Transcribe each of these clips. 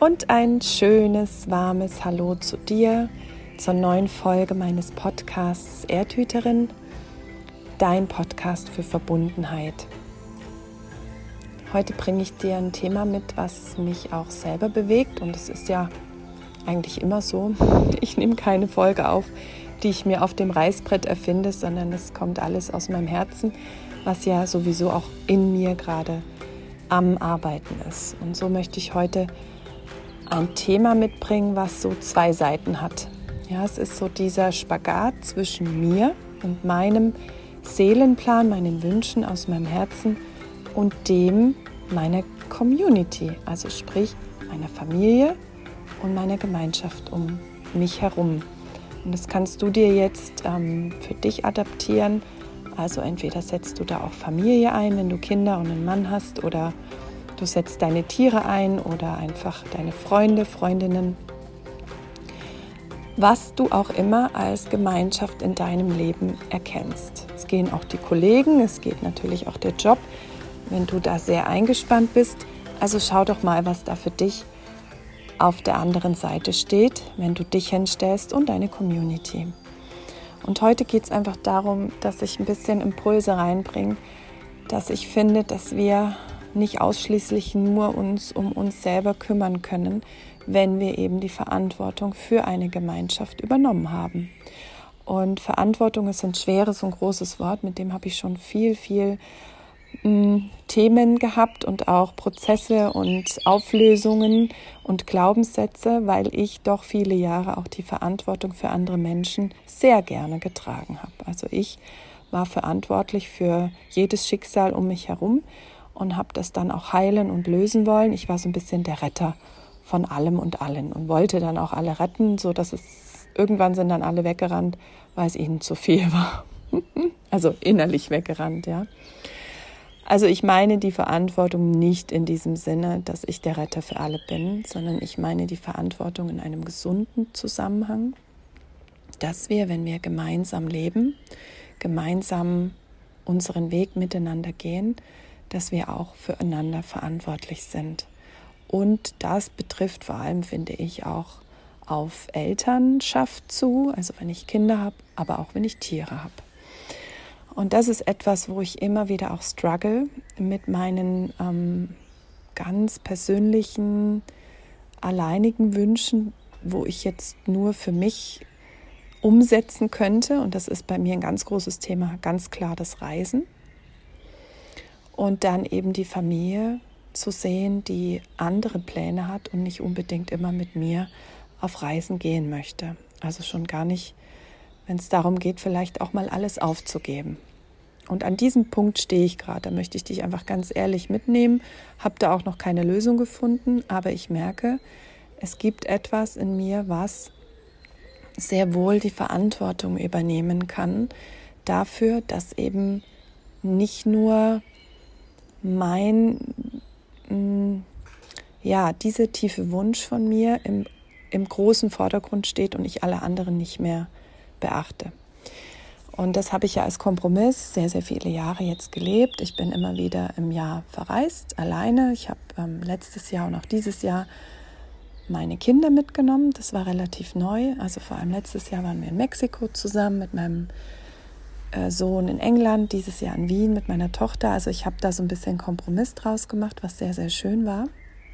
und ein schönes, warmes Hallo zu dir, zur neuen Folge meines Podcasts Erdhüterin, dein Podcast für Verbundenheit. Heute bringe ich dir ein Thema mit, was mich auch selber bewegt, und es ist ja eigentlich immer so. Ich nehme keine Folge auf, die ich mir auf dem Reißbrett erfinde, sondern es kommt alles aus meinem Herzen, was ja sowieso auch in mir gerade am Arbeiten ist. Und so möchte ich heute ein Thema mitbringen, was so zwei Seiten hat. Ja, es ist so dieser Spagat zwischen mir und meinem Seelenplan, meinen Wünschen aus meinem Herzen und dem meiner Community, also sprich meiner Familie und meiner Gemeinschaft um mich herum. Und das kannst du dir jetzt für dich adaptieren. Also entweder setzt du da auch Familie ein, wenn du Kinder und einen Mann hast, oder du setzt deine Tiere ein oder einfach deine Freunde, Freundinnen. Was du auch immer als Gemeinschaft in deinem Leben erkennst. Es gehen auch die Kollegen, es geht natürlich auch der Job, wenn du da sehr eingespannt bist. Also schau doch mal, was da für dich auf der anderen Seite steht, wenn du dich hinstellst und deine Community. Und heute geht es einfach darum, dass ich ein bisschen Impulse reinbringe, dass ich finde, dass wir nicht ausschließlich nur uns um uns selber kümmern können, wenn wir eben die Verantwortung für eine Gemeinschaft übernommen haben. Und Verantwortung ist ein schweres und großes Wort, mit dem habe ich schon viel Themen gehabt und auch Prozesse und Auflösungen und Glaubenssätze, weil ich doch viele Jahre auch die Verantwortung für andere Menschen sehr gerne getragen habe. Also ich war verantwortlich für jedes Schicksal um mich herum und habe das dann auch heilen und lösen wollen. Ich war so ein bisschen der Retter von allem und allen und wollte dann auch alle retten, so dass irgendwann sind dann alle weggerannt, weil es ihnen zu viel war. Also innerlich weggerannt, ja. Also ich meine die Verantwortung nicht in diesem Sinne, dass ich der Retter für alle bin, sondern ich meine die Verantwortung in einem gesunden Zusammenhang, dass wir, wenn wir gemeinsam leben, gemeinsam unseren Weg miteinander gehen, dass wir auch füreinander verantwortlich sind. Und das betrifft vor allem, finde ich, auch auf Elternschaft zu, also wenn ich Kinder habe, aber auch wenn ich Tiere habe. Und das ist etwas, wo ich immer wieder auch struggle mit meinen ganz persönlichen, alleinigen Wünschen, wo ich jetzt nur für mich umsetzen könnte. Und das ist bei mir ein ganz großes Thema, ganz klar das Reisen. Und dann eben die Familie zu sehen, die andere Pläne hat und nicht unbedingt immer mit mir auf Reisen gehen möchte. Also schon gar nicht, wenn es darum geht, vielleicht auch mal alles aufzugeben. Und an diesem Punkt stehe ich gerade. Da möchte ich dich einfach ganz ehrlich mitnehmen. Habe da auch noch keine Lösung gefunden, aber ich merke, es gibt etwas in mir, was sehr wohl die Verantwortung übernehmen kann dafür, dass eben nicht nur dieser tiefe Wunsch von mir im großen Vordergrund steht und ich alle anderen nicht mehr beachte. Und das habe ich ja als Kompromiss sehr, sehr viele Jahre jetzt gelebt. Ich bin immer wieder im Jahr verreist, alleine. Ich habe letztes Jahr und auch dieses Jahr meine Kinder mitgenommen. Das war relativ neu. Also vor allem letztes Jahr waren wir in Mexiko zusammen mit meinem Sohn in England, dieses Jahr in Wien mit meiner Tochter. Also ich habe da so ein bisschen Kompromiss draus gemacht, was sehr, sehr schön war.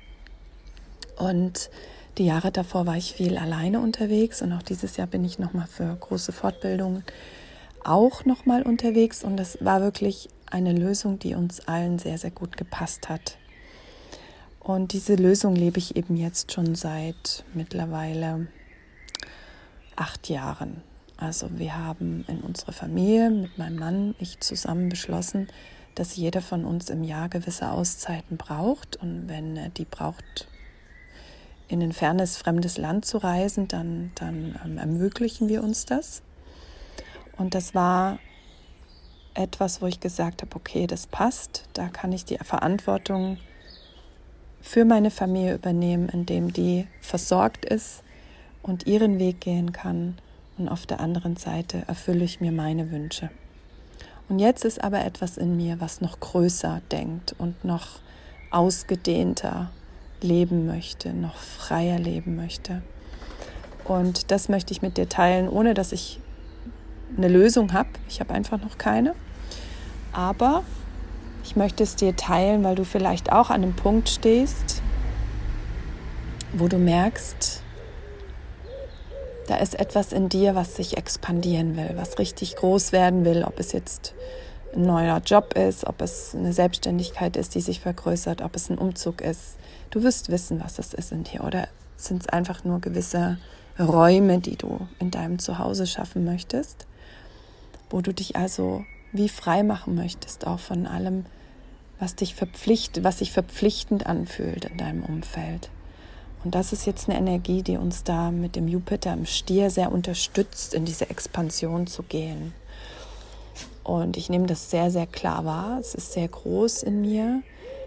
Und die Jahre davor war ich viel alleine unterwegs und auch dieses Jahr bin ich nochmal für große Fortbildungen auch nochmal unterwegs. Und das war wirklich eine Lösung, die uns allen sehr, sehr gut gepasst hat. Und diese Lösung lebe ich eben jetzt schon seit mittlerweile 8 Jahren. Also wir haben in unserer Familie mit meinem Mann, ich zusammen beschlossen, dass jeder von uns im Jahr gewisse Auszeiten braucht. Und wenn er die braucht, in ein fernes, fremdes Land zu reisen, dann ermöglichen wir uns das. Und das war etwas, wo ich gesagt habe, okay, das passt. Da kann ich die Verantwortung für meine Familie übernehmen, indem die versorgt ist und ihren Weg gehen kann. Und auf der anderen Seite erfülle ich mir meine Wünsche. Und jetzt ist aber etwas in mir, was noch größer denkt und noch ausgedehnter leben möchte, noch freier leben möchte. Und das möchte ich mit dir teilen, ohne dass ich eine Lösung habe. Ich habe einfach noch keine. Aber ich möchte es dir teilen, weil du vielleicht auch an einem Punkt stehst, wo du merkst, da ist etwas in dir, was sich expandieren will, was richtig groß werden will, ob es jetzt ein neuer Job ist, ob es eine Selbstständigkeit ist, die sich vergrößert, ob es ein Umzug ist. Du wirst wissen, was es ist in dir. Oder sind es einfach nur gewisse Räume, die du in deinem Zuhause schaffen möchtest, wo du dich also wie frei machen möchtest, auch von allem, was sich verpflichtend anfühlt in deinem Umfeld. Und das ist jetzt eine Energie, die uns da mit dem Jupiter im Stier sehr unterstützt, in diese Expansion zu gehen. Und ich nehme das sehr, sehr klar wahr. Es ist sehr groß in mir,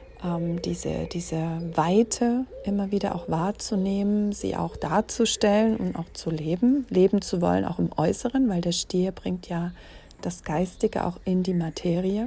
diese Weite immer wieder auch wahrzunehmen, sie auch darzustellen und auch zu leben zu wollen, auch im Äußeren, weil der Stier bringt ja das Geistige auch in die Materie.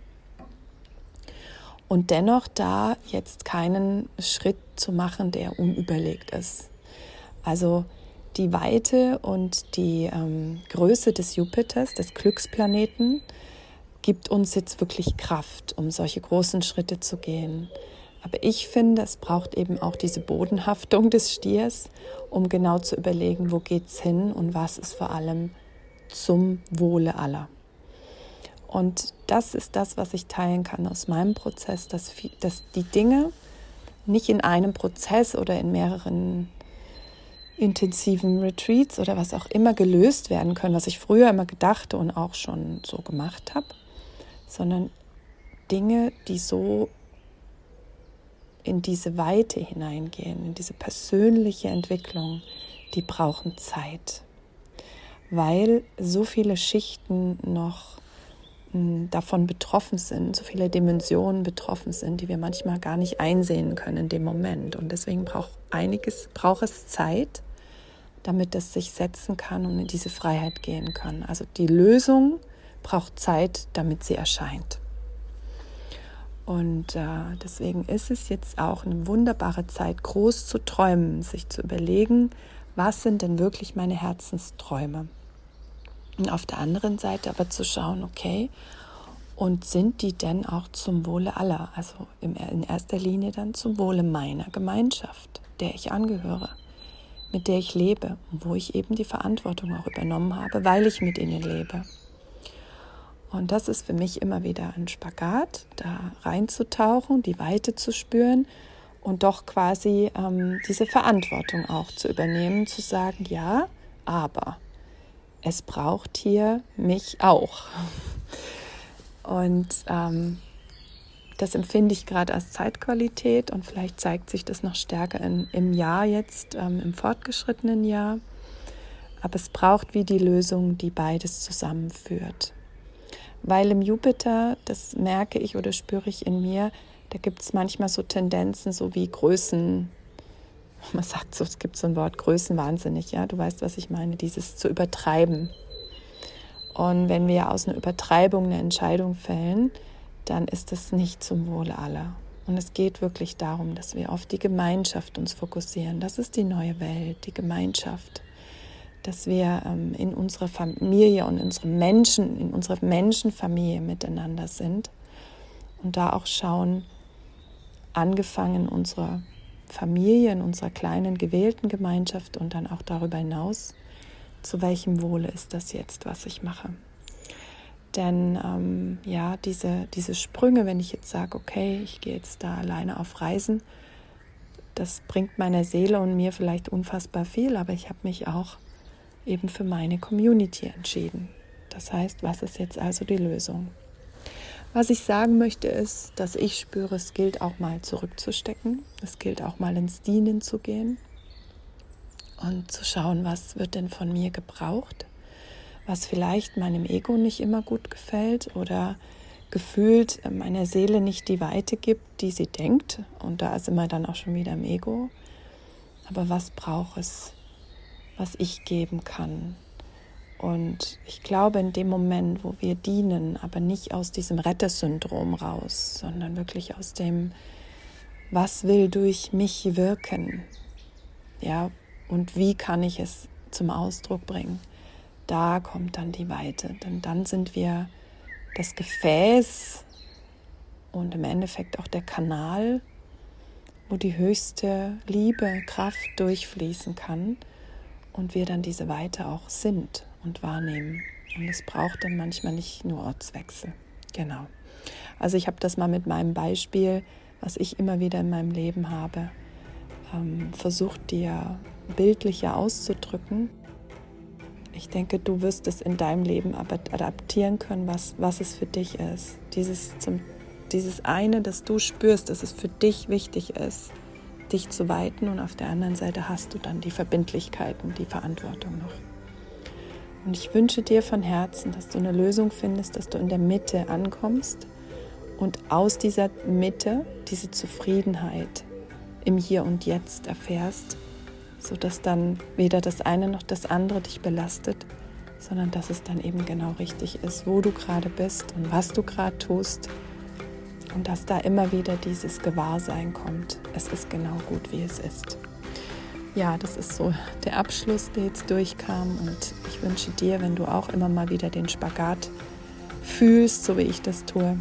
Und dennoch da jetzt keinen Schritt zu machen, der unüberlegt ist. Also die Weite und die Größe des Jupiters, des Glücksplaneten, gibt uns jetzt wirklich Kraft, um solche großen Schritte zu gehen. Aber ich finde, es braucht eben auch diese Bodenhaftung des Stiers, um genau zu überlegen, wo geht's hin und was ist vor allem zum Wohle aller. Und das ist das, was ich teilen kann aus meinem Prozess, dass die Dinge nicht in einem Prozess oder in mehreren intensiven Retreats oder was auch immer gelöst werden können, was ich früher immer gedacht und auch schon so gemacht habe, sondern Dinge, die so in diese Weite hineingehen, in diese persönliche Entwicklung, die brauchen Zeit, weil so viele Schichten noch davon betroffen sind, so viele Dimensionen betroffen sind, die wir manchmal gar nicht einsehen können in dem Moment. Und deswegen braucht es Zeit, damit es sich setzen kann und in diese Freiheit gehen kann. Also die Lösung braucht Zeit, damit sie erscheint. Und deswegen ist es jetzt auch eine wunderbare Zeit, groß zu träumen, sich zu überlegen, was sind denn wirklich meine Herzensträume? Und auf der anderen Seite aber zu schauen, okay, und sind die denn auch zum Wohle aller? Also in erster Linie dann zum Wohle meiner Gemeinschaft, der ich angehöre, mit der ich lebe und wo ich eben die Verantwortung auch übernommen habe, weil ich mit ihnen lebe. Und das ist für mich immer wieder ein Spagat, da reinzutauchen, die Weite zu spüren und doch quasi diese Verantwortung auch zu übernehmen, zu sagen, ja, aber es braucht hier mich auch. Und das empfinde ich gerade als Zeitqualität und vielleicht zeigt sich das noch stärker im Jahr jetzt, im fortgeschrittenen Jahr. Aber es braucht wie die Lösung, die beides zusammenführt. Weil im Jupiter, das merke ich oder spüre ich in mir, da gibt es manchmal so Tendenzen, so wie Größen, man sagt so, es gibt so ein Wort, Größenwahnsinnig, ja, du weißt, was ich meine, dieses zu übertreiben. Und wenn wir aus einer Übertreibung eine Entscheidung fällen, dann ist das nicht zum Wohle aller. Und es geht wirklich darum, dass wir auf die Gemeinschaft uns fokussieren. Das ist die neue Welt, die Gemeinschaft. Dass wir in unserer Familie und in unserer Menschenfamilie miteinander sind und da auch schauen, angefangen in unserer Familie, in unserer kleinen gewählten Gemeinschaft und dann auch darüber hinaus, zu welchem Wohle ist das jetzt, was ich mache. Denn diese Sprünge, wenn ich jetzt sage, okay, ich gehe jetzt da alleine auf Reisen, das bringt meiner Seele und mir vielleicht unfassbar viel, aber ich habe mich auch eben für meine Community entschieden. Das heißt, was ist jetzt also die Lösung? Was ich sagen möchte ist, dass ich spüre, es gilt auch mal zurückzustecken. Es gilt auch mal ins Dienen zu gehen und zu schauen, was wird denn von mir gebraucht, was vielleicht meinem Ego nicht immer gut gefällt oder gefühlt meiner Seele nicht die Weite gibt, die sie denkt. Und da sind wir dann auch schon wieder im Ego. Aber was braucht es, was ich geben kann? Und ich glaube, in dem Moment, wo wir dienen, aber nicht aus diesem Rettersyndrom raus, sondern wirklich aus dem was will durch mich wirken? Ja, und wie kann ich es zum Ausdruck bringen? Da kommt dann die Weite, denn dann sind wir das Gefäß und im Endeffekt auch der Kanal, wo die höchste Liebe, Kraft durchfließen kann und wir dann diese Weite auch sind und wahrnehmen. Und es braucht dann manchmal nicht nur Ortswechsel. Genau. Also ich habe das mal mit meinem Beispiel, was ich immer wieder in meinem Leben habe, versucht dir bildlicher auszudrücken. Ich denke, du wirst es in deinem Leben adaptieren können, was es für dich ist. Dieses eine, das du spürst, dass es für dich wichtig ist, dich zu weiten, und auf der anderen Seite hast du dann die Verbindlichkeiten, die Verantwortung noch. Und ich wünsche dir von Herzen, dass du eine Lösung findest, dass du in der Mitte ankommst und aus dieser Mitte diese Zufriedenheit im Hier und Jetzt erfährst, sodass dann weder das eine noch das andere dich belastet, sondern dass es dann eben genau richtig ist, wo du gerade bist und was du gerade tust. Und dass da immer wieder dieses Gewahrsein kommt. Es ist genau gut, wie es ist. Ja, das ist so der Abschluss, der jetzt durchkam. Und ich wünsche dir, wenn du auch immer mal wieder den Spagat fühlst, so wie ich das tue,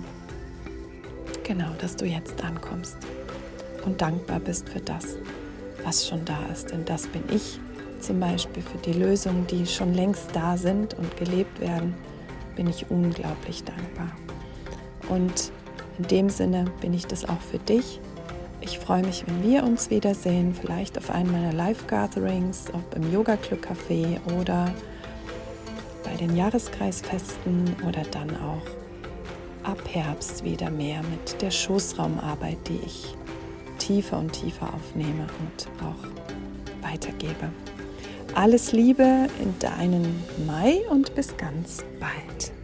genau, dass du jetzt ankommst und dankbar bist für das, was schon da ist. Denn das bin ich zum Beispiel für die Lösungen, die schon längst da sind und gelebt werden, bin ich unglaublich dankbar. Und in dem Sinne bin ich das auch für dich. Ich freue mich, wenn wir uns wiedersehen, vielleicht auf einem meiner Live-Gatherings, ob im Yoga-Club-Café oder bei den Jahreskreisfesten oder dann auch ab Herbst wieder mehr mit der Schoßraumarbeit, die ich tiefer und tiefer aufnehme und auch weitergebe. Alles Liebe in deinen Mai und bis ganz bald.